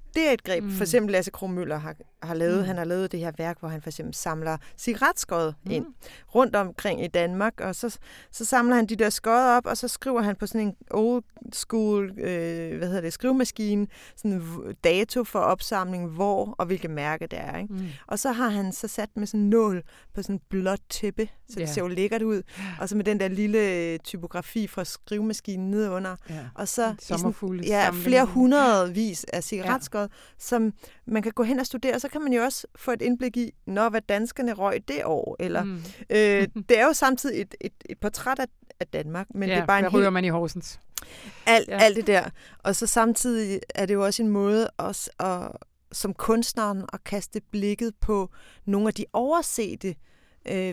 det er et greb. Mm. For eksempel Lasse Krogh Møller har, har lavet. Mm. Han har lavet det her værk, hvor han for eksempel samler cigaretskod Mm. ind rundt omkring i Danmark, og så, så samler han de der skod op, og så skriver han på sådan en old school, øh, hvad hedder det, skrivemaskine, sådan en dato for opsamling, hvor og hvilke mærke det er. Ikke? Mm. Og så har han så sat med sådan en nål på sådan en blåt tæppe, så Ja. det ser jo lækkert ud. Og så med den der lille typografi fra skrivemaskinen nedenunder. Ja. Og så i sådan, Sommerfugle ja, samling. flere hundredvis af cigaretskod, ja. som man kan gå hen og studere. Så kan man jo også få et indblik i, når hvad danskerne røg det år. Eller, Mm. øh, det er jo samtidig et, et, et portræt af, af Danmark, men ja, det er bare en hvad helt ryger man i Horsens? alt, Ja. alt det der. Og så samtidig er det jo også en måde også at, som kunstneren at kaste blikket på nogle af de oversete øh,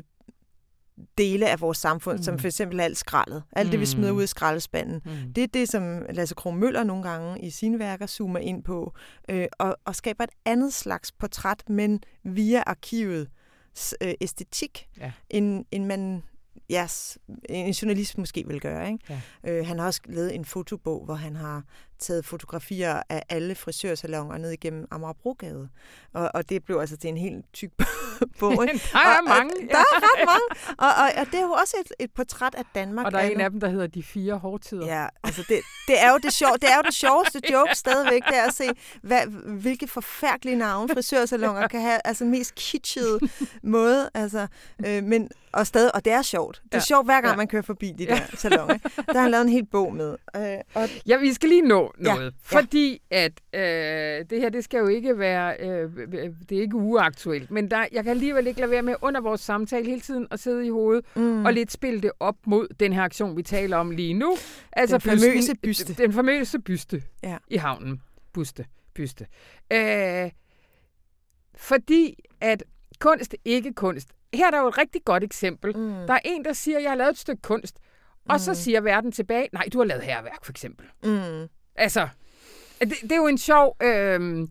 dele af vores samfund, mm. som for eksempel alt skraldet. Alt det, vi smider ud i skraldespanden. Mm. Det er det, som Lasse Krogh Møller nogle gange i sine værker zoomer ind på, øh, og, og skaber et andet slags portræt, men via arkivets øh, æstetik, Ja. end, end man yes, en journalist måske vil gøre. Ikke? Ja. Øh, han har også lavet en fotobog, hvor han har taget fotografier af alle frisørsalonger ned igennem Amagerbrogade. Og, og det blev altså til en helt tyk bog. Ikke? Der er og, mange. Og, der er ret mange. Og, og, og det er jo også et, et portræt af Danmark. Og der er en nu. af dem, der hedder De Fire Hårdtider. Ja, altså det, det er jo det sjov, det er jo det sjoveste joke stadigvæk, det er at se, hvad, hvilke forfærdelige navne frisørsalonger kan have, altså mest kitschede måde, altså, øh, men, og, stadig, og det er sjovt. Det er Ja. sjovt, hver gang Ja. man kører forbi de der salonger. Der har han lavet en hel bog med. Øh, og, Ja, vi skal lige nå Ja, noget, ja. fordi at øh, det her, det skal jo ikke være, øh, det er ikke uaktuelt, men der, jeg kan alligevel ikke lade være med under vores samtale hele tiden at sidde i hovedet mm, og lidt spille det op mod den her aktion, vi taler om lige nu. Altså Den famøse bysten- byste. Den famøse byste Ja. i havnen. Buste, byste. Øh, fordi at kunst, ikke kunst. Her er der jo et rigtig godt eksempel. mm, Der er en, der siger, jeg har lavet et stykke kunst, og så Mm. siger verden tilbage, nej, du har lavet hærværk, for eksempel. mm, Altså, det, det er jo en sjov øh,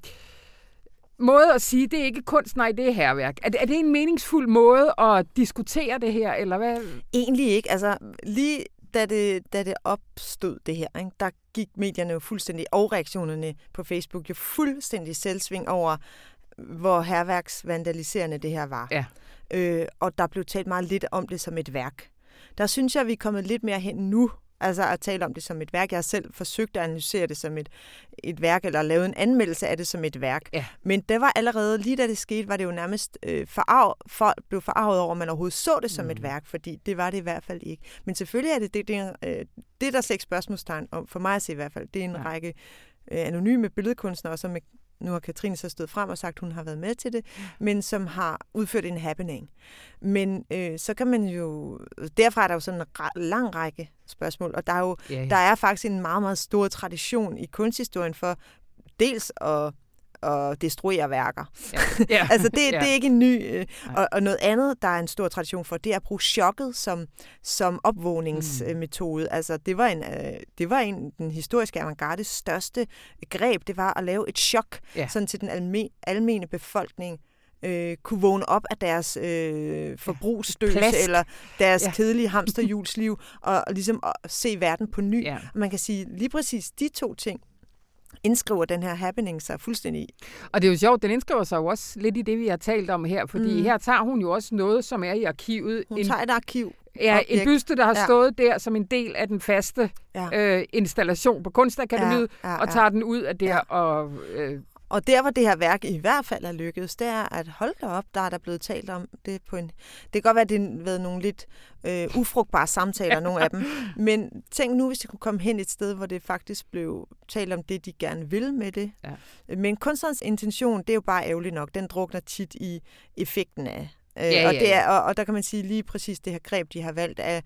måde at sige, det er ikke kunst, nej, det er hærværk. Er det, er det en meningsfuld måde at diskutere det her, eller hvad? egentlig ikke. Altså, lige da det, da det opstod det her, ikke, der gik medierne jo fuldstændig, og reaktionerne på Facebook jo fuldstændig selvsving over, hvor hærværksvandaliserende det her var. Ja. Øh, og der blev talt meget lidt om det som et værk. Der synes jeg, vi er kommet lidt mere hen nu, altså at tale om det som et værk. Jeg har selv forsøgt at analysere det som et, et værk, eller lave en anmeldelse af det som et værk. Ja. Men det var allerede, lige da det skete, var det jo nærmest øh, forarv, folk blev forarvet over, at man overhovedet så det som Mm. et værk, fordi det var det i hvert fald ikke. Men selvfølgelig er det det, det, er, øh, det er der slet ikke spørgsmålstegn om, for mig at se i hvert fald. Det er en Ja. række øh, anonyme billedkunstnere, som nu har Katrine så stået frem og sagt, at hun har været med til det, men som har udført en happening. Men øh, så kan man jo, derfra er der jo sådan en ra- lang række spørgsmål, og der er jo, Ja, der er faktisk en meget, meget stor tradition i kunsthistorien for dels at at destruere værker. ja. ja. Altså, det, ja. det er ikke en ny... Øh, Nej. og, og noget andet, der er en stor tradition for, det er at bruge chokket som, som opvågningsmetode. Mm. Altså, det var, en, øh, det var en den historiske avantgardes største greb, det var at lave et chok, Ja. sådan til den alme, almene befolkning øh, kunne vågne op af deres øh, forbrugsstøse, Plask. eller deres Ja. ja. kedelige hamsterhjulsliv, og, og ligesom at se verden på ny. Ja. Og man kan sige, lige præcis de to ting indskriver den her happening sig fuldstændig i. Og det er jo sjovt, den indskriver sig jo også lidt i det, vi har talt om her, fordi Mm. her tager hun jo også noget, som er i arkivet. Hun en, tager et arkiv. ja, en objekt. byste, der har Ja. stået der som en del af den faste Ja. øh, installation på Kunstakademiet, Ja, ja, og ja. tager den ud af der Ja. og... Øh, Og der, hvor det her værk i hvert fald er lykkedes, det er, at hold da op, der er der blevet talt om det på en... Det kan godt være, at det har været nogle lidt øh, ufrugtbare samtaler, nogle af dem. Men tænk nu, hvis det kunne komme hen et sted, hvor det faktisk blev talt om det, de gerne vil med det. Ja. Men kunstnerens intention, det er jo bare ærgerligt nok. Den drukner tit i effekten af. Øh, Ja, og, ja, det er, ja. og, og der kan man sige lige præcis det her greb, de har valgt af...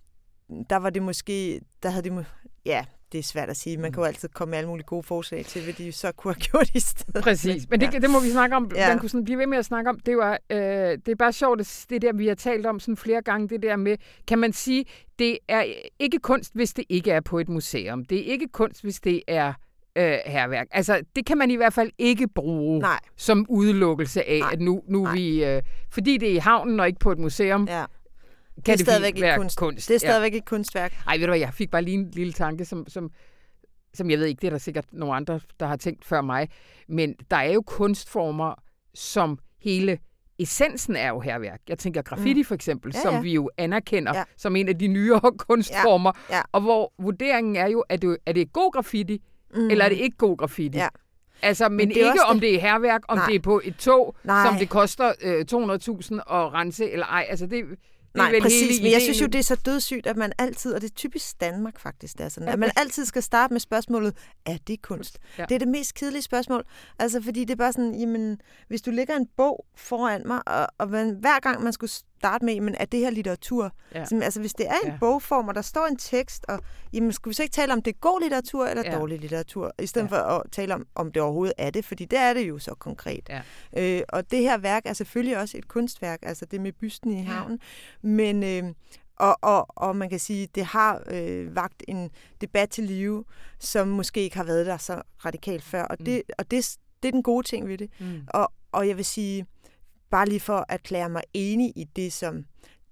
Der var det måske... Der havde de må, ja, det er svært at sige. Man kan jo altid komme med alle mulige gode forslag til, hvad de så kunne have gjort i stedet. Præcis, men det, det må vi snakke om. Ja. Man kunne sådan blive ved med at snakke om. Det, var, øh, det er bare sjovt, at det der, vi har talt om sådan flere gange, det der med, kan man sige, det er ikke kunst, hvis det ikke er på et museum. Det er ikke kunst, hvis det er øh, hærværk. Altså, det kan man i hvert fald ikke bruge Nej. som udelukkelse af, Nej. at nu, nu Nej. vi... Øh, fordi det er i havnen og ikke på et museum, Ja. kan Det er det, stadigvæk fint ikke være kunst. kunst. Det er stadigvæk ikke kunstværk. Ej, ved du hvad, jeg fik bare lige en lille tanke, som... som som jeg ved ikke, det er der sikkert nogle andre, der har tænkt før mig, men der er jo kunstformer, som hele essensen er jo hærværk. Jeg tænker graffiti for eksempel, ja, ja. som vi jo anerkender ja. som en af de nyere kunstformer, ja. Ja. og hvor vurderingen er jo, er det, er det god graffiti, mm. eller er det ikke god graffiti? Ja. Altså, men, men ikke det om det... det er hærværk, om Nej. det er på et tog, Nej. som det koster øh, to hundrede tusind at rense, eller ej. Altså, det, det Nej, er vel præcis, hele men jeg ideen. synes jo, det er så dødssygt, at man altid, og det er typisk Danmark faktisk, det er sådan, at man altid skal starte med spørgsmålet, er det kunst? Ja. Det er det mest kedelige spørgsmål, altså fordi det er bare sådan, jamen, hvis du lægger en bog foran mig, og, og man, hver gang man skulle starte med, men er det her litteratur? Ja. Så, altså hvis det er en ja. bogform, og der står en tekst, og jamen, skulle vi så ikke tale om, det er god litteratur eller ja. dårlig litteratur, i stedet ja. for at tale om, om det overhovedet er det, fordi det er det jo så konkret. Ja. Øh, og det her værk er selvfølgelig også et kunstværk, altså det med bysten i havnen, ja. men øh, og, og, og man kan sige, det har øh, vagt en debat til live, som måske ikke har været der så radikalt før, og, mm. det, og det, det er den gode ting ved det. Mm. Og, og jeg vil sige, bare lige for at erklære mig enig i det, som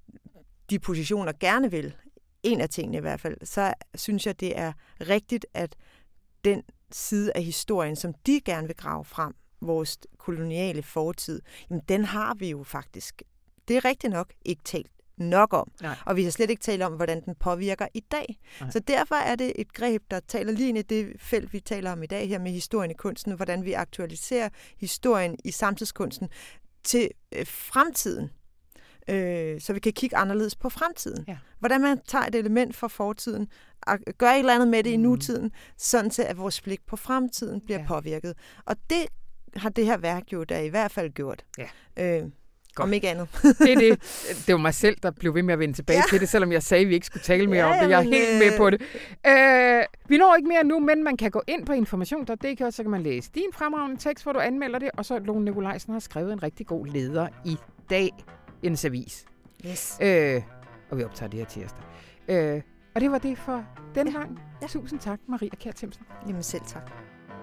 de positioner gerne vil, en af tingene i hvert fald, så synes jeg, det er rigtigt, at den side af historien, som de gerne vil grave frem, vores koloniale fortid, jamen den har vi jo faktisk. Det er rigtigt nok ikke talt nok om. Nej. Og vi har slet ikke talt om, hvordan den påvirker i dag. Nej. Så derfor er det et greb, der taler lige ind i det felt, vi taler om i dag her med historien i kunsten, hvordan vi aktualiserer historien i samtidskunsten til øh, fremtiden. Øh, så vi kan kigge anderledes på fremtiden. Ja. Hvordan man tager et element fra fortiden, og gør et eller andet med det mm. i nutiden, sådan til at vores blik på fremtiden bliver ja. påvirket. Og det har det her værk jo da i hvert fald gjort. Ja. Øh, Godt. Om ikke andet. det, er det. det var mig selv, der blev ved med at vende tilbage ja. til det, selvom jeg sagde, at vi ikke skulle tale mere ja, om det. Jeg er helt øh... med på det. Øh, vi når ikke mere nu, men man kan gå ind på information punktum d k, og så kan man læse din fremragende tekst, hvor du anmelder det, og så Lone Nikolajsen har skrevet en rigtig god leder i dag i en avis. Yes. Øh, og vi optager det her tirsdag. Øh, og det var det for denne ja. gang. Ja. Tusind tak, Maria Kjær Thimsen. Jamen selv tak.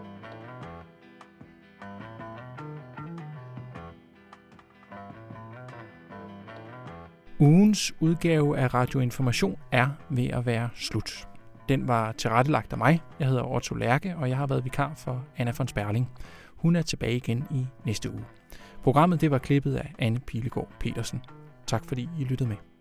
Ugens udgave af Radio Information er ved at være slut. Den var tilrettelagt af mig. Jeg hedder Otto Lærke, og jeg har været vikar for Anna von Sperling. Hun er tilbage igen i næste uge. Programmet det var klippet af Anne Pilegaard Petersen. Tak fordi I lyttede med.